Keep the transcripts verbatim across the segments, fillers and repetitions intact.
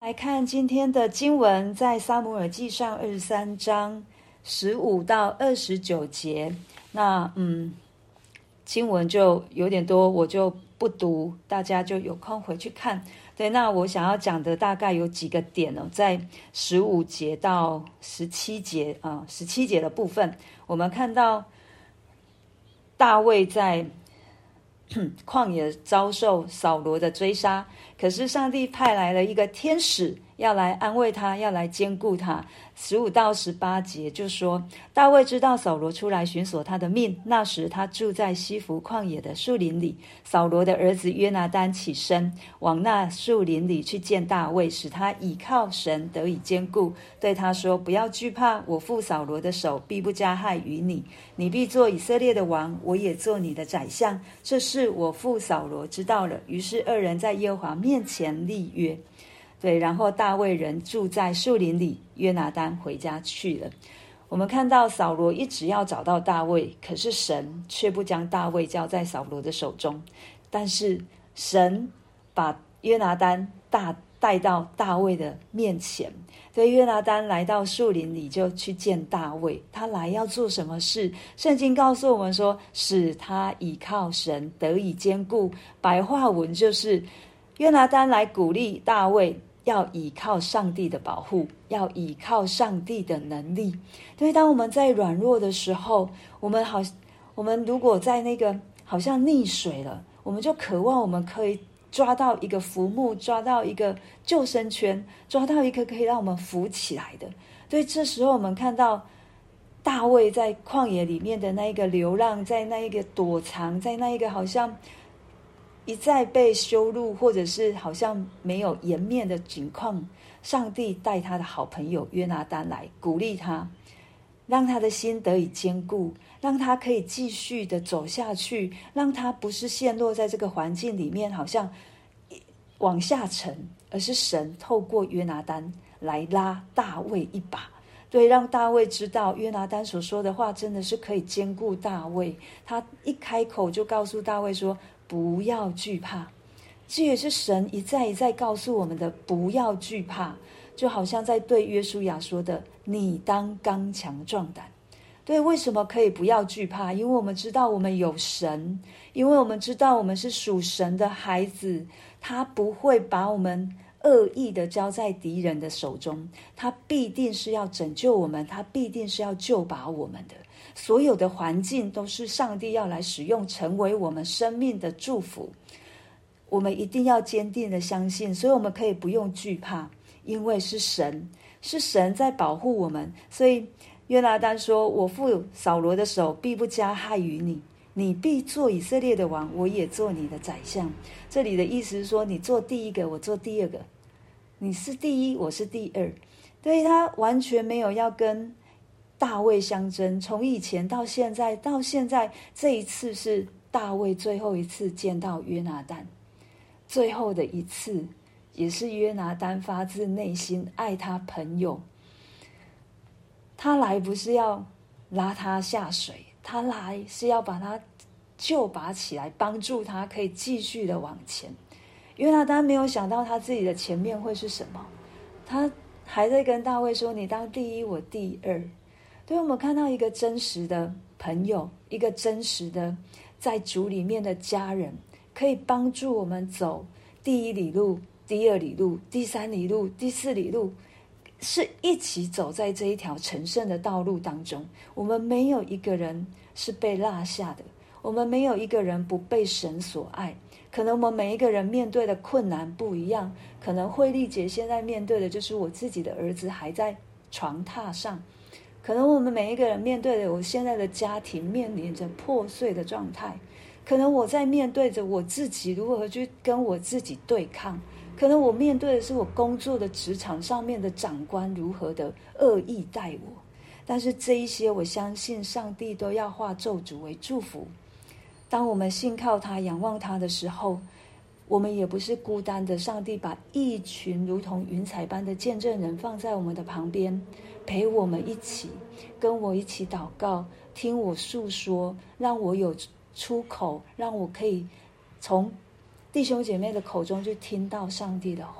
来看今天的经文，在撒母耳记上二十三章十五到二十九节。那嗯，经文就有点多，我就不读，大家就有空回去看。对，那我想要讲的大概有几个点哦，在十五节到十七节啊，十七节的部分，我们看到大卫在旷野遭受扫罗的追杀，可是上帝派来了一个天使，要来安慰他，要来兼顾他。十五到十八节就说，大卫知道扫罗出来寻索他的命，那时他住在西弗旷野的树林里。扫罗的儿子约拿单起身，往那树林里去见大卫，使他倚靠神得以坚固，对他说，不要惧怕，我父扫罗的手必不加害于你，你必做以色列的王，我也做你的宰相，这事我父扫罗知道了。于是二人在耶和华面前立约。对，然后大卫人住在树林里，约拿单回家去了。我们看到扫罗一直要找到大卫，可是神却不将大卫交在扫罗的手中，但是神把约拿单大带到大卫的面前。对，约拿单来到树林里就去见大卫，他来要做什么事？圣经告诉我们说，使他倚靠神得以坚固。白话文就是约拿单来鼓励大卫要倚靠上帝的保护，要倚靠上帝的能力。对，当我们在软弱的时候，我们好，我们如果在那个好像溺水了，我们就渴望我们可以抓到一个浮木，抓到一个救生圈，抓到一个可以让我们浮起来的。对，这时候我们看到大卫在旷野里面的那一个流浪，在那一个躲藏，在那一个好像一再被羞辱，或者是好像没有颜面的情况，上帝带他的好朋友约拿单来鼓励他，让他的心得以坚固，让他可以继续的走下去，让他不是陷落在这个环境里面好像往下沉，而是神透过约拿单来拉大卫一把。对，让大卫知道约拿单所说的话真的是可以兼顾大卫。他一开口就告诉大卫说，不要惧怕。这也是神一再一再告诉我们的，不要惧怕，就好像在对约书亚说的，你当刚强壮胆。对，为什么可以不要惧怕？因为我们知道我们有神，因为我们知道我们是属神的孩子，他不会把我们恶意的交在敌人的手中，他必定是要拯救我们，他必定是要救拔我们的。所有的环境都是上帝要来使用，成为我们生命的祝福。我们一定要坚定的相信，所以我们可以不用惧怕，因为是神，是神在保护我们。所以约拿单说，我父扫罗的手必不加害于你，你必做以色列的王，我也做你的宰相。这里的意思是说，你做第一个，我做第二个，你是第一，我是第二。对，他完全没有要跟大卫相争，从以前到现在，到现在这一次是大卫最后一次见到约拿单，最后的一次，也是约拿单发自内心爱他朋友。他来不是要拉他下水，他来是要把他救拔起来，帮助他可以继续的往前。约拿单没有想到他自己的前面会是什么，他还在跟大卫说，你当第一，我第二。对，我们看到一个真实的朋友，一个真实的在主里面的家人，可以帮助我们走第一里路、第二里路、第三里路、第四里路，是一起走在这一条成圣的道路当中。我们没有一个人是被落下的，我们没有一个人不被神所爱。可能我们每一个人面对的困难不一样，可能慧丽姐现在面对的就是我自己的儿子还在床榻上，可能我们每一个人面对的，我现在的家庭面临着破碎的状态，可能我在面对着我自己如何去跟我自己对抗，可能我面对的是我工作的职场上面的长官如何的恶意待我。但是这一些我相信上帝都要化咒诅为祝福。当我们信靠他、仰望他的时候，我们也不是孤单的。上帝把一群如同云彩般的见证人放在我们的旁边，陪我们一起，跟我一起祷告，听我诉说，让我有出口，让我可以从弟兄姐妹的口中去听到上帝的话。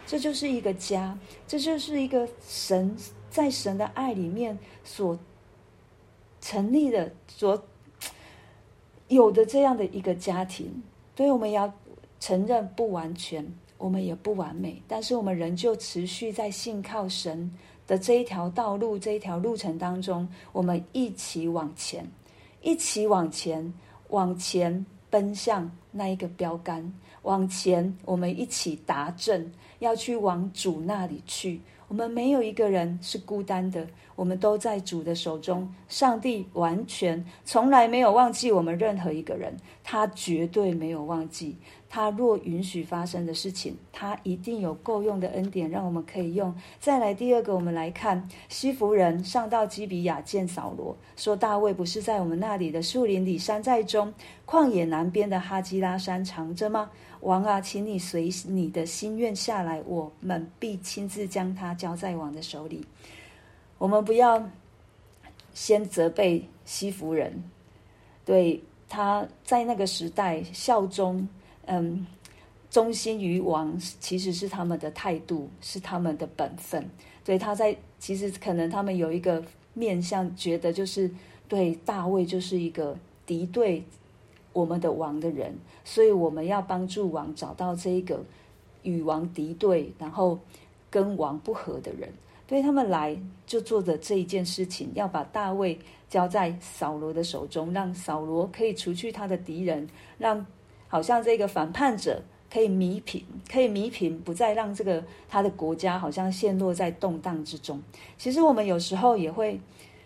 这就是一个家，这就是一个神在神的爱里面所成立的，所有的这样的一个家庭。所以我们要承认不完全，我们也不完美，但是我们仍旧持续在信靠神的这一条道路，这一条路程当中，我们一起往前，一起往前，往前奔向那一个标杆，往前，我们一起达阵，要去往主那里去。我们没有一个人是孤单的，我们都在主的手中。上帝完全从来没有忘记我们任何一个人，他绝对没有忘记。他若允许发生的事情，他一定有够用的恩典让我们可以用。再来第二个，我们来看西弗人上到基比亚见扫罗，说大卫不是在我们那里的树林里山寨中，旷野南边的哈基拉山藏着吗？王啊，请你随你的心愿下来，我们必亲自将他交在王的手里。我们不要先责备西弗人，对，他在那个时代效忠嗯，忠心于王其实是他们的态度，是他们的本分。对，他在其实可能他们有一个面向，觉得就是对大卫就是一个敌对我们的王的人，所以我们要帮助王找到这一个与王敌对，然后跟王不和的人。对，他们来就做的这一件事情，要把大卫交在扫罗的手中，让扫罗可以除去他的敌人，让好像这个反叛者可以弥平，可以弥平，不再让这个他的国家好像陷落在动荡之中。其实我们有时候也会，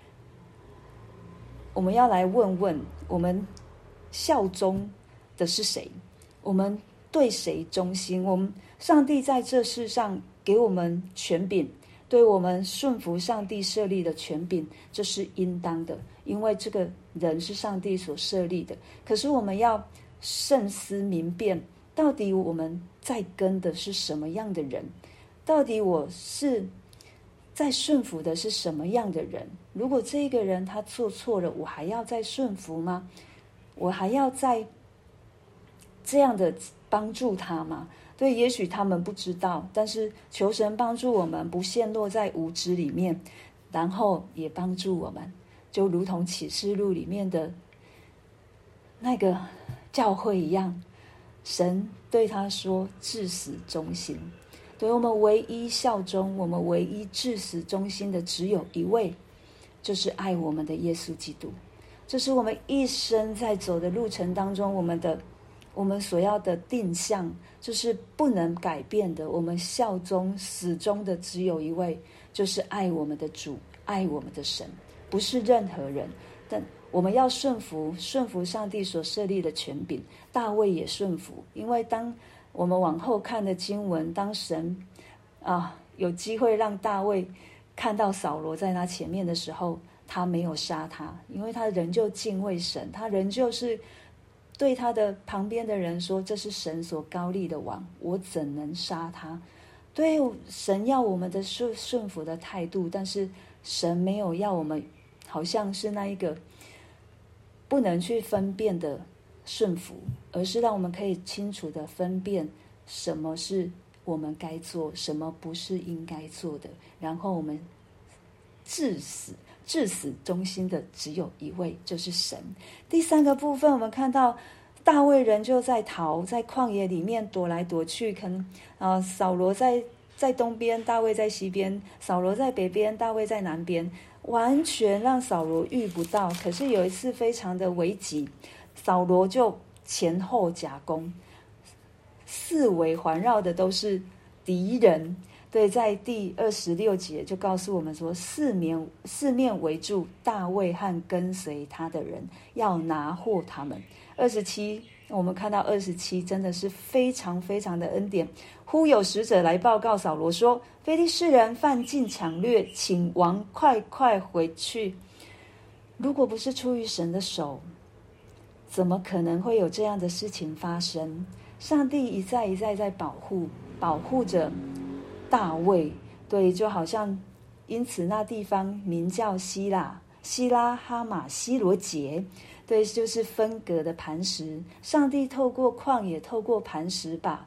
我们要来问问，我们效忠的是谁？我们对谁忠心？我们上帝在这世上给我们权柄，对我们顺服上帝设立的权柄，这是应当的，因为这个人是上帝所设立的。可是我们要慎思明辨，到底我们在跟的是什么样的人？到底我是在顺服的是什么样的人？如果这个人他做错了，我还要再顺服吗？我还要再这样的帮助他吗？对，也许他们不知道，但是求神帮助我们不陷落在无知里面，然后也帮助我们，就如同启示录里面的那个教会一样，神对他说至死忠心。对，我们唯一效忠，我们唯一至死忠心的只有一位，就是爱我们的耶稣基督。这是我们一生在走的路程当中，我们的我们所要的定向，就是不能改变的。我们效忠始终的只有一位，就是爱我们的主，爱我们的神，不是任何人。但我们要顺服，顺服上帝所设立的权柄。大卫也顺服，因为当我们往后看的经文，当神啊有机会让大卫看到扫罗在他前面的时候，他没有杀他，因为他仍旧敬畏神，他仍旧是对他的旁边的人说，这是神所膏立的王，我怎能杀他？对，神要我们的顺顺服的态度，但是神没有要我们好像是那一个不能去分辨的顺服，而是让我们可以清楚的分辨什么是我们该做，什么不是应该做的，然后我们至死至死忠心的只有一位，就是神。第三个部分，我们看到大卫人就在逃，在旷野里面躲来躲去，可能啊，扫罗在在东边，大卫在西边，扫罗在北边，大卫在南边，完全让扫罗遇不到。可是有一次非常的危急，扫罗就前后夹攻，四围环绕的都是敌人。对，在第二十六节就告诉我们说，四面四面围住大卫和跟随他的人，要拿获他们。二十七，我们看到二十七真的是非常非常的恩典。忽有使者来报告扫罗说，非利士人犯境抢掠，请王快快回去。如果不是出于神的手，怎么可能会有这样的事情发生？上帝一再一再在保护保护着大卫。对，就好像因此那地方名叫希拉希拉哈马西罗节，对，就是分隔的磐石。上帝透过旷野，透过磐石，把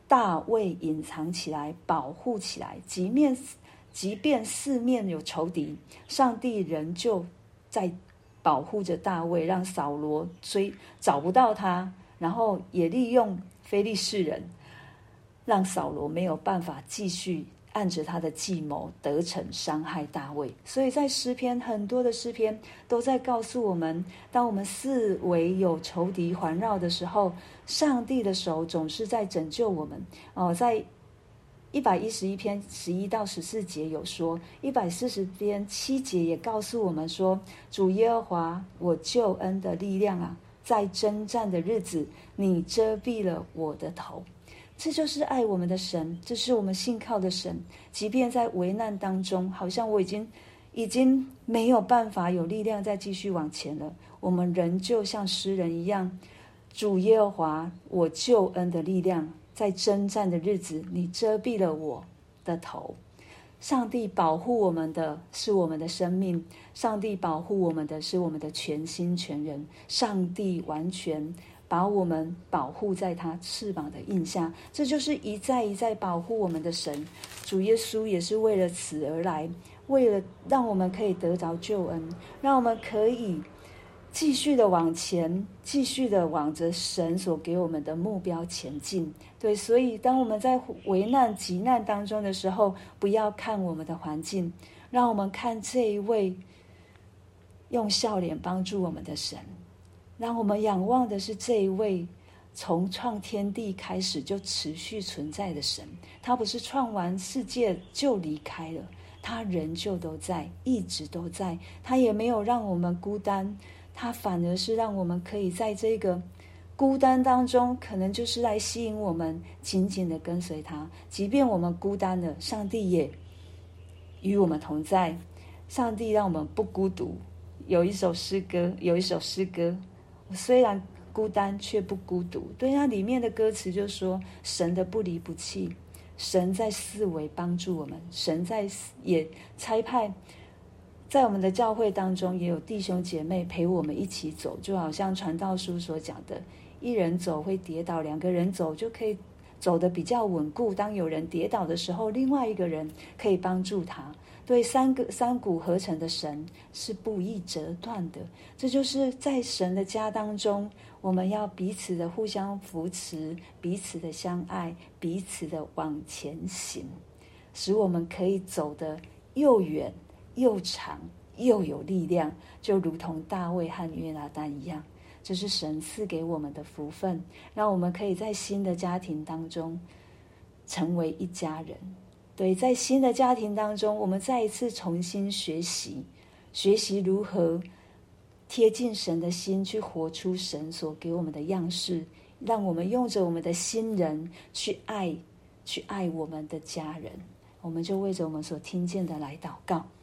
大卫隐藏起来，保护起来，即便即便四面有仇敌，上帝仍旧在保护着大卫，让扫罗追找不到他，然后也利用非利士人，让扫罗没有办法继续按着他的计谋得逞伤害大卫。所以在诗篇，很多的诗篇都在告诉我们，当我们四围有仇敌环绕的时候，上帝的手总是在拯救我们。哦，在一百一十一篇十一到十四节有说，一百四十篇七节也告诉我们说，主耶和华我救恩的力量啊，在征战的日子，你遮蔽了我的头。这就是爱我们的神，这是我们信靠的神。即便在危难当中，好像我已经已经没有办法有力量再继续往前了，我们仍旧像诗人一样，主耶和华我救恩的力量，在征战的日子，你遮蔽了我的头。上帝保护我们的是我们的生命，上帝保护我们的是我们的全心全人，上帝完全把我们保护在他翅膀的印下，这就是一再一再保护我们的神。主耶稣也是为了此而来，为了让我们可以得着救恩，让我们可以继续的往前，继续的往着神所给我们的目标前进。对，所以当我们在危难急难当中的时候，不要看我们的环境，让我们看这一位用笑脸帮助我们的神，让我们仰望的是这一位从创天地开始就持续存在的神。他不是创完世界就离开了，他仍旧都在，一直都在。他也没有让我们孤单，他反而是让我们可以在这个孤单当中，可能就是来吸引我们紧紧的跟随他。即便我们孤单了，上帝也与我们同在，上帝让我们不孤独。有一首诗歌，有一首诗歌，虽然孤单却不孤独。对，它里面的歌词就说，神的不离不弃，神在四围帮助我们，神在也差派在我们的教会当中也有弟兄姐妹陪我们一起走，就好像传道书所讲的，一人走会跌倒，两个人走就可以走得比较稳固。当有人跌倒的时候，另外一个人可以帮助他。对，三个三股合成的神是不易折断的。这就是在神的家当中，我们要彼此的互相扶持，彼此的相爱，彼此的往前行，使我们可以走得又远又长又有力量，就如同大卫和约拿单一样。这是神赐给我们的福分，让我们可以在新的家庭当中成为一家人。对，在新的家庭当中，我们再一次重新学习学习如何贴近神的心，去活出神所给我们的样式，让我们用着我们的新人去爱去爱我们的家人。我们就为着我们所听见的来祷告。